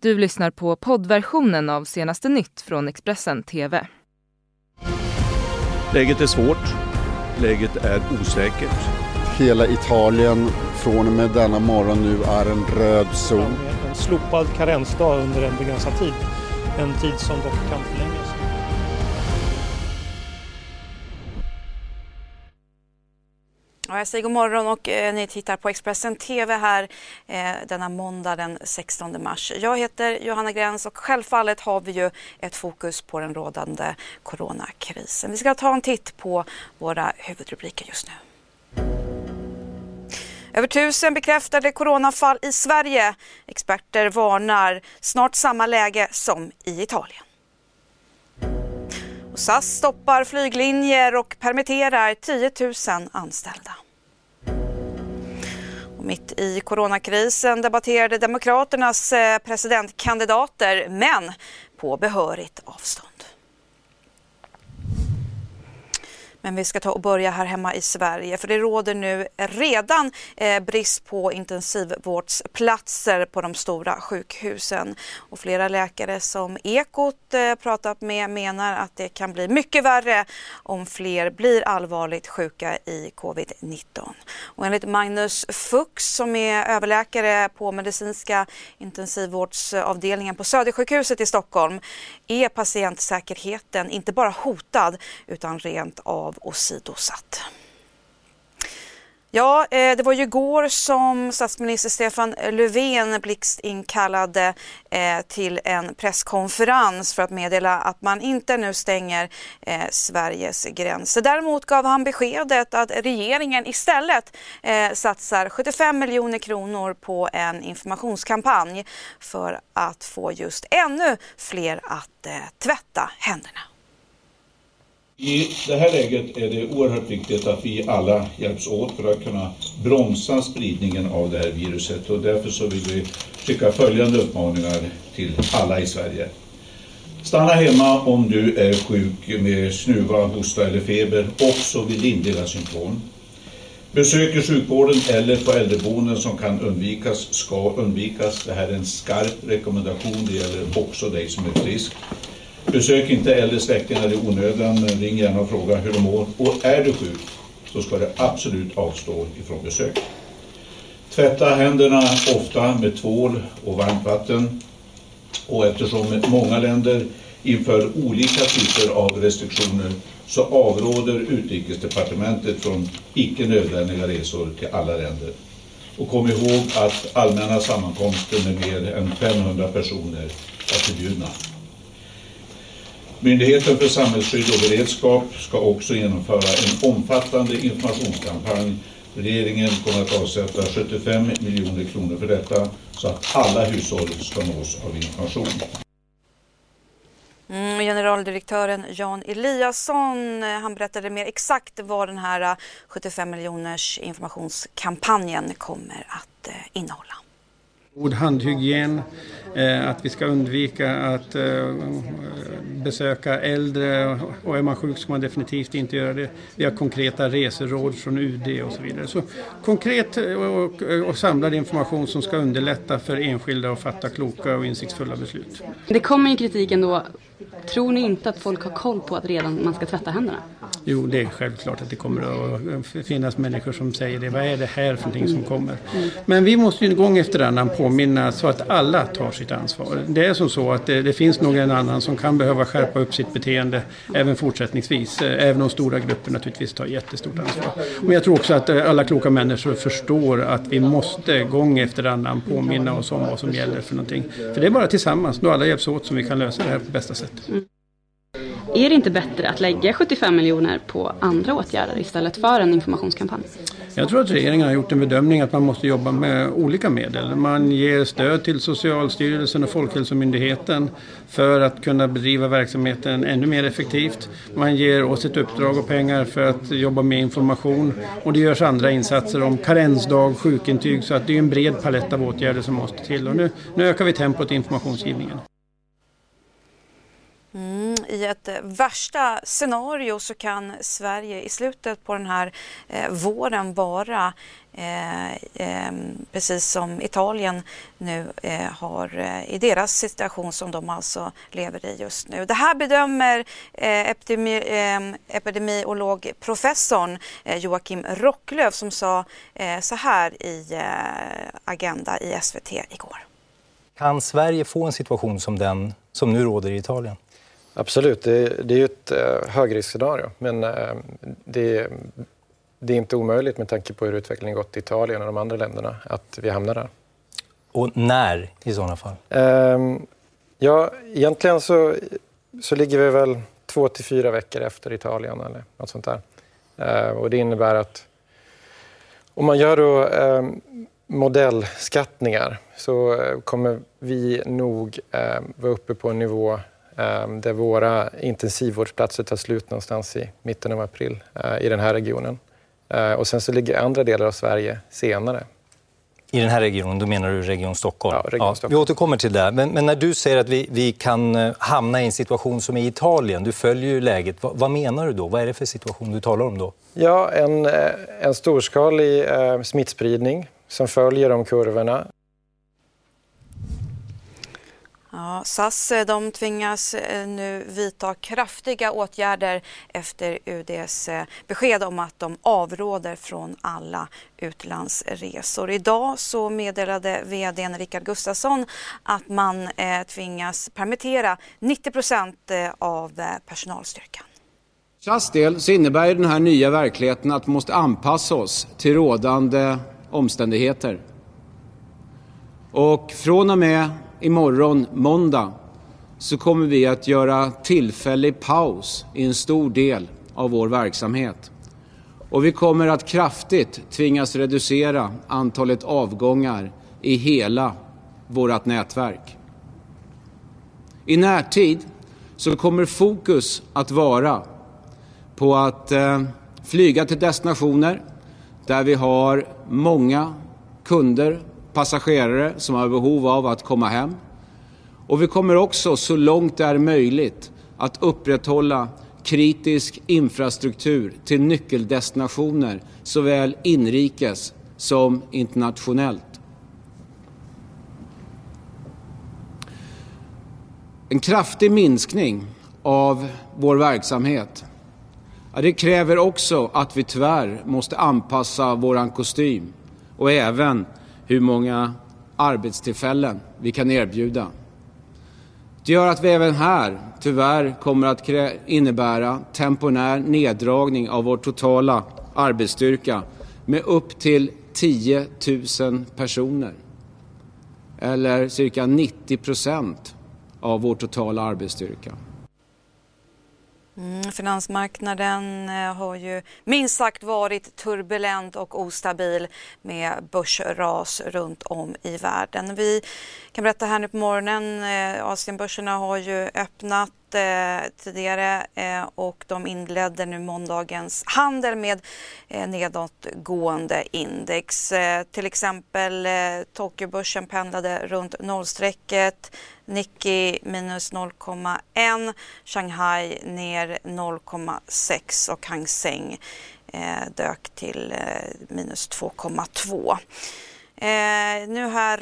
Du lyssnar på poddversionen av Senaste nytt från Expressen TV. Läget är svårt. Läget är osäkert. Hela Italien från och med denna morgon nu är en röd zon. En slopad karensdag under en begränsad tid. En tid som dock kan förlängas. Ja, jag säger god morgon och ni tittar på Expressen TV här denna måndag den 16 mars. Jag heter Johanna Gräns och självfallet har vi ju ett fokus på den rådande coronakrisen. Vi ska ta en titt på våra huvudrubriker just nu. Över 1000 bekräftade coronafall i Sverige. Experter varnar snart samma läge som i Italien. Och SAS stoppar flyglinjer och permitterar 10 000 anställda. Och mitt i coronakrisen debatterade Demokraternas presidentkandidater, men på behörigt avstånd. Men vi ska ta och börja här hemma i Sverige, för det råder nu redan brist på intensivvårdsplatser på de stora sjukhusen. Och flera läkare som Ekot pratat med menar att det kan bli mycket värre om fler blir allvarligt sjuka i covid-19. Och enligt Magnus Fuchs som är överläkare på medicinska intensivvårdsavdelningen på Södersjukhuset i Stockholm är patientsäkerheten inte bara hotad utan rent av åsidosatt. Ja, det var ju igår som statsminister Stefan Löfven blixtinkallade till en presskonferens för att meddela att man inte nu stänger Sveriges gränser. Däremot gav han beskedet att regeringen istället satsar 75 miljoner kronor på en informationskampanj för att få just ännu fler att tvätta händerna. I det här läget är det oerhört viktigt att vi alla hjälps åt för att kunna bromsa spridningen av det här viruset, och därför så vill vi skicka följande uppmaningar till alla i Sverige. Stanna hemma om du är sjuk med snuva, hosta eller feber och så vid lindriga symptom. Besök i sjukvården eller på äldreboenden som kan undvikas ska undvikas. Det här är en skarp rekommendation, det gäller också dig som är frisk. Besök inte äldre släktingar i onödan, men ring gärna och fråga hur de mår. Och är du sjuk så ska du absolut avstå ifrån besök. Tvätta händerna ofta med tvål och varmt vatten. Och eftersom många länder inför olika typer av restriktioner så avråder Utrikesdepartementet från icke nödvändiga resor till alla länder. Och kom ihåg att allmänna sammankomster med mer än 500 personer är förbjudna. Myndigheten för samhällsskydd och beredskap ska också genomföra en omfattande informationskampanj. Regeringen kommer att avsätta 75 miljoner kronor för detta så att alla hushåll ska nås av information. Generaldirektören Jan Eliasson, han berättade mer exakt vad den här 75 miljoners informationskampanjen kommer att innehålla. God handhygien, att vi ska undvika att besöka äldre, och är man sjuk ska man definitivt inte göra det. Vi har konkreta reseråd från UD och så vidare. Så konkret och samlad information som ska underlätta för enskilda att fatta kloka och insiktsfulla beslut. Det kommer ju kritiken då. Tror ni inte att folk har koll på att redan man ska tvätta händerna? Jo, det är självklart att det kommer att finnas människor som säger det. Vad är det här för någonting som kommer? Men vi måste ju gång efter annan påminna så att alla tar sitt ansvar. Det är som så att det finns någon annan som kan behöva skärpa upp sitt beteende även fortsättningsvis. Även om stora grupper naturligtvis tar jättestort ansvar. Men jag tror också att alla kloka människor förstår att vi måste gång efter annan påminna oss om vad som gäller för någonting. För det är bara tillsammans, då alla hjälps åt, som vi kan lösa det här på bästa sätt. Är det inte bättre att lägga 75 miljoner på andra åtgärder istället för en informationskampanj? Jag tror att regeringen har gjort en bedömning att man måste jobba med olika medel. Man ger stöd till Socialstyrelsen och Folkhälsomyndigheten för att kunna bedriva verksamheten ännu mer effektivt. Man ger oss ett uppdrag och pengar för att jobba med information, och det görs andra insatser om karensdag, sjukintyg, så att det är en bred palett av åtgärder som måste till. Och nu ökar vi tempot i informationsgivningen. I ett värsta scenario så kan Sverige i slutet på den här våren vara precis som Italien nu har i deras situation som de alltså lever i just nu. Det här bedömer epidemiologprofessorn Joakim Rocklöf som sa så här i Agenda i SVT igår. Kan Sverige få en situation som den som nu råder i Italien? Absolut, det är ju ett högriskscenario, men det är inte omöjligt med tanke på hur utvecklingen gått i Italien och de andra länderna att vi hamnar där. Och när i sådana fall? Ja, egentligen så ligger vi väl 2 till 4 veckor efter Italien eller något sånt där. Och det innebär att om man gör då modellskattningar så kommer vi nog vara uppe på en nivå där våra intensivvårdsplatser tar slut någonstans i mitten av april i den här regionen. Och sen så ligger andra delar av Sverige senare. I den här regionen, då menar du Region Stockholm? Ja, Region Stockholm. Vi återkommer till det. Men när du säger att vi kan hamna i en situation som i Italien, du följer ju läget. Vad menar du då? Vad är det för situation du talar om då? Ja, en storskalig smittspridning som följer de kurvorna. Ja, SAS de tvingas nu vidta kraftiga åtgärder efter UD:s besked om att de avråder från alla utlandsresor. Idag så meddelade vd:n Rickard Gustafsson att man tvingas permittera 90% av personalstyrkan. För SAS del så innebär den här nya verkligheten att vi måste anpassa oss till rådande omständigheter. Och från och med imorgon, måndag, så kommer vi att göra tillfällig paus i en stor del av vår verksamhet. Och vi kommer att kraftigt tvingas reducera antalet avgångar i hela vårt nätverk. I närtid så kommer fokus att vara på att flyga till destinationer där vi har många kunder, passagerare som har behov av att komma hem. Och vi kommer också så långt det är möjligt att upprätthålla kritisk infrastruktur till nyckeldestinationer såväl inrikes som internationellt. En kraftig minskning av vår verksamhet, det kräver också att vi tyvärr måste anpassa våran kostym och även hur många arbetstillfällen vi kan erbjuda. Det gör att vi även här tyvärr kommer att innebära temporär neddragning av vår totala arbetsstyrka med upp till 10 000 personer. Eller cirka 90% av vår totala arbetsstyrka. Finansmarknaden har ju minst sagt varit turbulent och ostabil med börsras runt om i världen. Vi kan berätta här nu på morgonen, Asienbörserna har ju öppnat tidigare och de inledde nu måndagens handel med nedåtgående index. Till exempel Tokyobörsen pendlade runt nollstrecket, Nikkei minus 0,1, Shanghai ner 0,6 och Hang Seng dök till minus 2,2. Nu här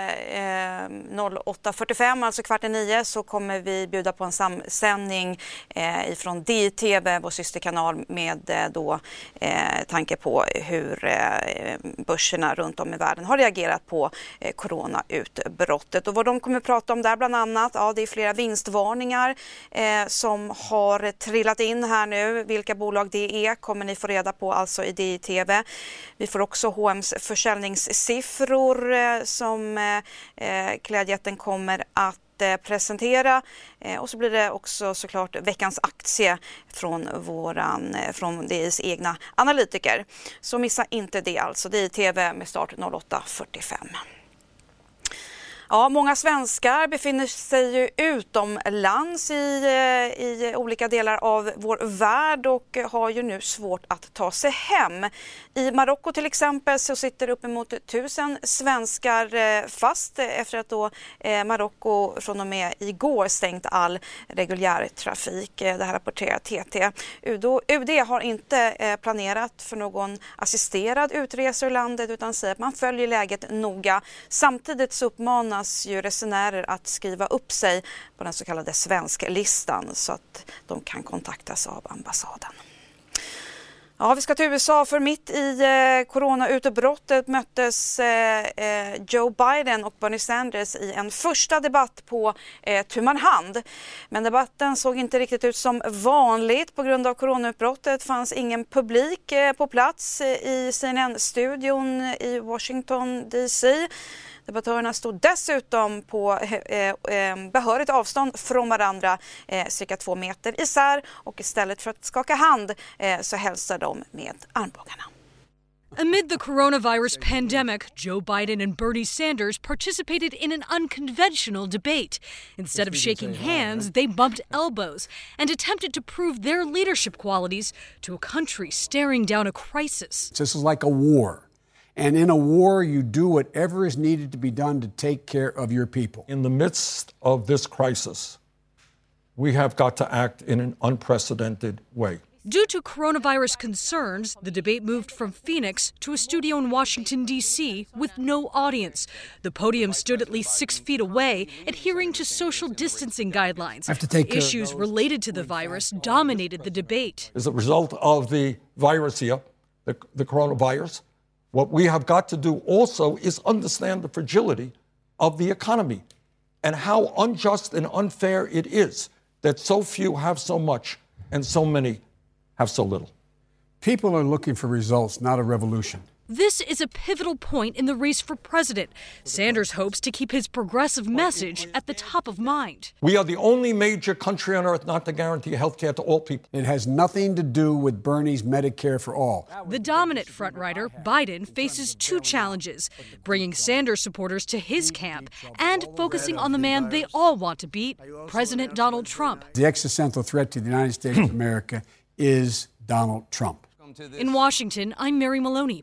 08.45, alltså 8:45, så kommer vi bjuda på en samsändning ifrån DI-TV, vår systerkanal, med tanke på hur börserna runt om i världen har reagerat på coronautbrottet. Och vad de kommer prata om där bland annat, det är flera vinstvarningar som har trillat in här nu. Vilka bolag det är kommer ni få reda på alltså i DI-TV. Vi får också H&M's försäljningssiffror som klädjätten kommer att presentera, och så blir det också såklart veckans aktie från DIs egna analytiker. Så missa inte det alltså. DI-TV med start 08.45. Ja, många svenskar befinner sig ju utomlands i olika delar av vår värld och har ju nu svårt att ta sig hem. I Marocko till exempel så sitter uppemot 1000 svenskar fast efter att då Marocko från och med igår stängt all reguljär trafik. Det här rapporterar TT. UD har inte planerat för någon assisterad utresa ur landet utan säger att man följer läget noga. Samtidigt så uppmanas ju resenärer att skriva upp sig på den så kallade svensklistan så att de kan kontaktas av ambassaden. Ja, vi ska till USA för mitt i coronautbrottet möttes Joe Biden och Bernie Sanders i en första debatt på tu man hand. Men debatten såg inte riktigt ut som vanligt på grund av coronautbrottet. Fanns ingen publik på plats i CNN-studion i Washington DC. Debattörerna stod dessutom på behörigt avstånd från varandra, cirka 2 meter isär, och istället för att skaka hand så hälsar de med armbågarna. Amid the coronavirus pandemic, Joe Biden and Bernie Sanders participated in an unconventional debate. Instead of shaking hands, they bumped elbows and attempted to prove their leadership qualities to a country staring down a crisis. This is like a war. And in a war, you do whatever is needed to be done to take care of your people. In the midst of this crisis, we have got to act in an unprecedented way. Due to coronavirus concerns, the debate moved from Phoenix to a studio in Washington, D.C. with no audience. The podium stood at least 6 feet away, adhering to social distancing guidelines. Issues related to the virus dominated the debate. As a result of the virus here, the coronavirus, what we have got to do also is understand the fragility of the economy and how unjust and unfair it is that so few have so much and so many have so little. People are looking for results, not a revolution. This is a pivotal point in the race for president. Sanders hopes to keep his progressive message at the top of mind. We are the only major country on earth not to guarantee health care to all people. It has nothing to do with Bernie's Medicare for all. The dominant frontrider, Biden, faces 2 challenges: bringing Sanders supporters to his camp and focusing on the man they all want to beat, President Donald Trump. The existential threat to the United States of America is Donald Trump. In Washington, I'm Mary Maloney.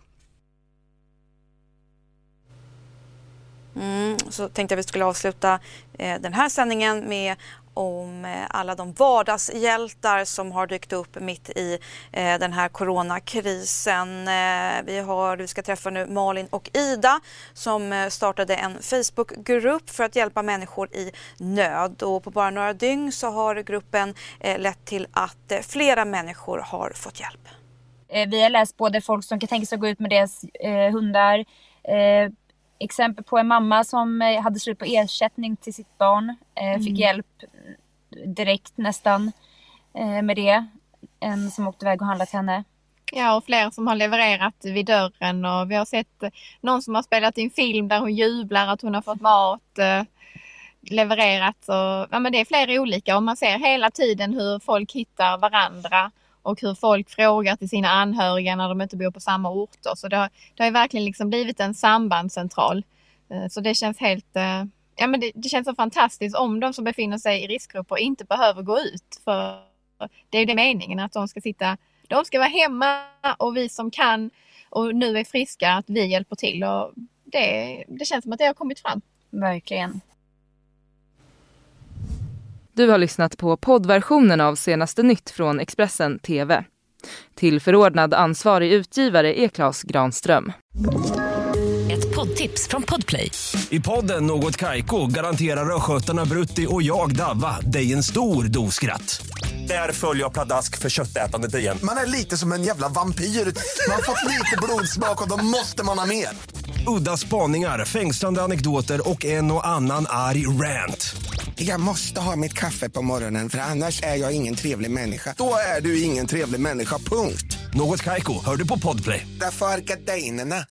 Så tänkte jag vi skulle avsluta den här sändningen med om alla de vardagshjältar som har dykt upp mitt i den här coronakrisen. Vi ska träffa nu Malin och Ida som startade en Facebookgrupp för att hjälpa människor i nöd. Och på bara några dygn så har gruppen lett till att flera människor har fått hjälp. Vi har läst både folk som kan tänka sig att gå ut med deras hundar, exempel på en mamma som hade slut på ersättning till sitt barn. Fick hjälp direkt nästan med det. En som åkte iväg och handlat henne. Ja, och fler som har levererat vid dörren. Och vi har sett någon som har spelat in film där hon jublar att hon har fått mat levererat. Och, ja, men det är flera olika och man ser hela tiden hur folk hittar varandra. Och hur folk frågar till sina anhöriga när de inte bor på samma orter. Så det har verkligen liksom blivit en sambandscentral. Så det känns helt... Ja, men det känns så fantastiskt om de som befinner sig i riskgrupper inte behöver gå ut. För det är ju det meningen att de ska vara hemma och vi som kan och nu är friska att vi hjälper till. Och det känns som att det har kommit fram. Verkligen. Du har lyssnat på poddversionen av Senaste nytt från Expressen TV. Till förordnad ansvarig utgivare är Claes Granström. Ett poddtips från Podplay. I podden Något Kaiko garanterar röskötarna Brutti och jag Davva dig en stor doskratt. Där följer jag pladask för köttätandet igen. Man är lite som en jävla vampyr. Man har fått lite blodsmak och då måste man ha mer. Udda spaningar, fängslande anekdoter och en och annan arg rant. Jag måste ha mitt kaffe på morgonen för annars är jag ingen trevlig människa. Då är du ingen trevlig människa, punkt. Något Kaiko, hör du på Podplay. Därför är gardinerna.